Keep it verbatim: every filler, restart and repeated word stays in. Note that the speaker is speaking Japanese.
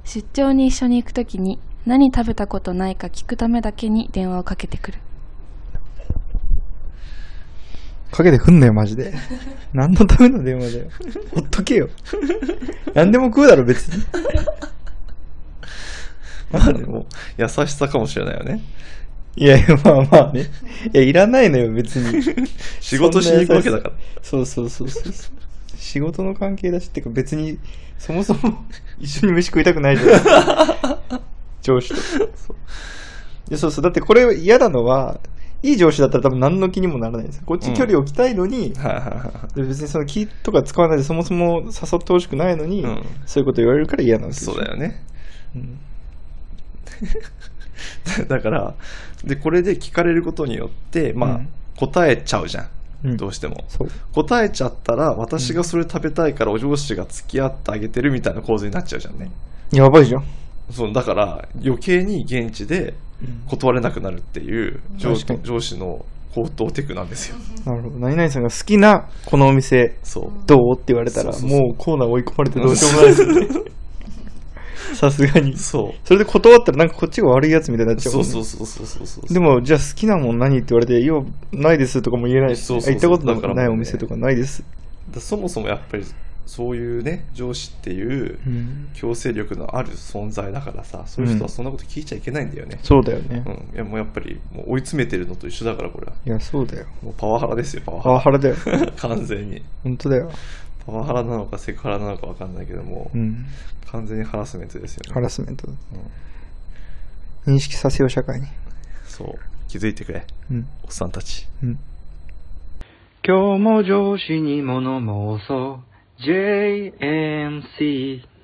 出張に一緒に行くときに何食べたことないか聞くためだけに電話をかけてくる。 かけてくんなよマジで。何のための電話だよ。ほっとけよ。何でも食うだろ別に。 まあでも優しさかもしれないよね。 いやいやまあまあね。いやいらないのよ別に。 仕事しに行くわけだから。 そうそうそうそう。仕事の関係だしってか別にそもそも一緒に飯食いたくないじゃん。上司と。そういやそうそうだってこれ嫌なのはいい上司だったら多分何の気にもならないんですよ。こっち距離を置きたいのに、うん、別にその気とか使わないでそもそも誘ってほしくないのに、うん、そういうこと言われるから嫌なんですよ。 そうだよね。うんだからでこれで聞かれることによってまあ、うん、答えちゃうじゃん、うん、どうしてもそう答えちゃったら私がそれ食べたいからお上司が付き合ってあげてるみたいな構図になっちゃうじゃんね。 やばいじゃん。 そうだから余計に現地で断れなくなるっていう上司、うん、上司の高等テクなんですよ。 なるほど。何々さんが好きなこのお店どうって言われたらそうそうそうもうコーナー追い込まれてどうしようもないですよね。さすがにそうそれで断ったらなんかこっちが悪いやつみたいになっちゃうもんね。 そうそうそうそうそうそう。 でもじゃあ好きなもん何って言われていやないですとかも言えないし、そうそうそう行ったことのないお店とかないです。 だそもそもやっぱりそういうね上司っていう強制力のある存在だからさ、そういう人はそんなこと聞いちゃいけないんだよね、うん、 そうだよね、 うん、いやもうやっぱりもう追い詰めてるのと一緒だからこれは。 いやそうだよ。 もうパワハラですよ。パワハラパワハラだよ完全に本当だよ。 パワハラなのかセクハラなのか分かんないけども、うん、完全にハラスメントですよね。 ハラスメント、うん、認識させよう社会に。 そう気づいてくれ、うん、おっさんたち、うん、 今日も上司に物申そう ジェイエムシー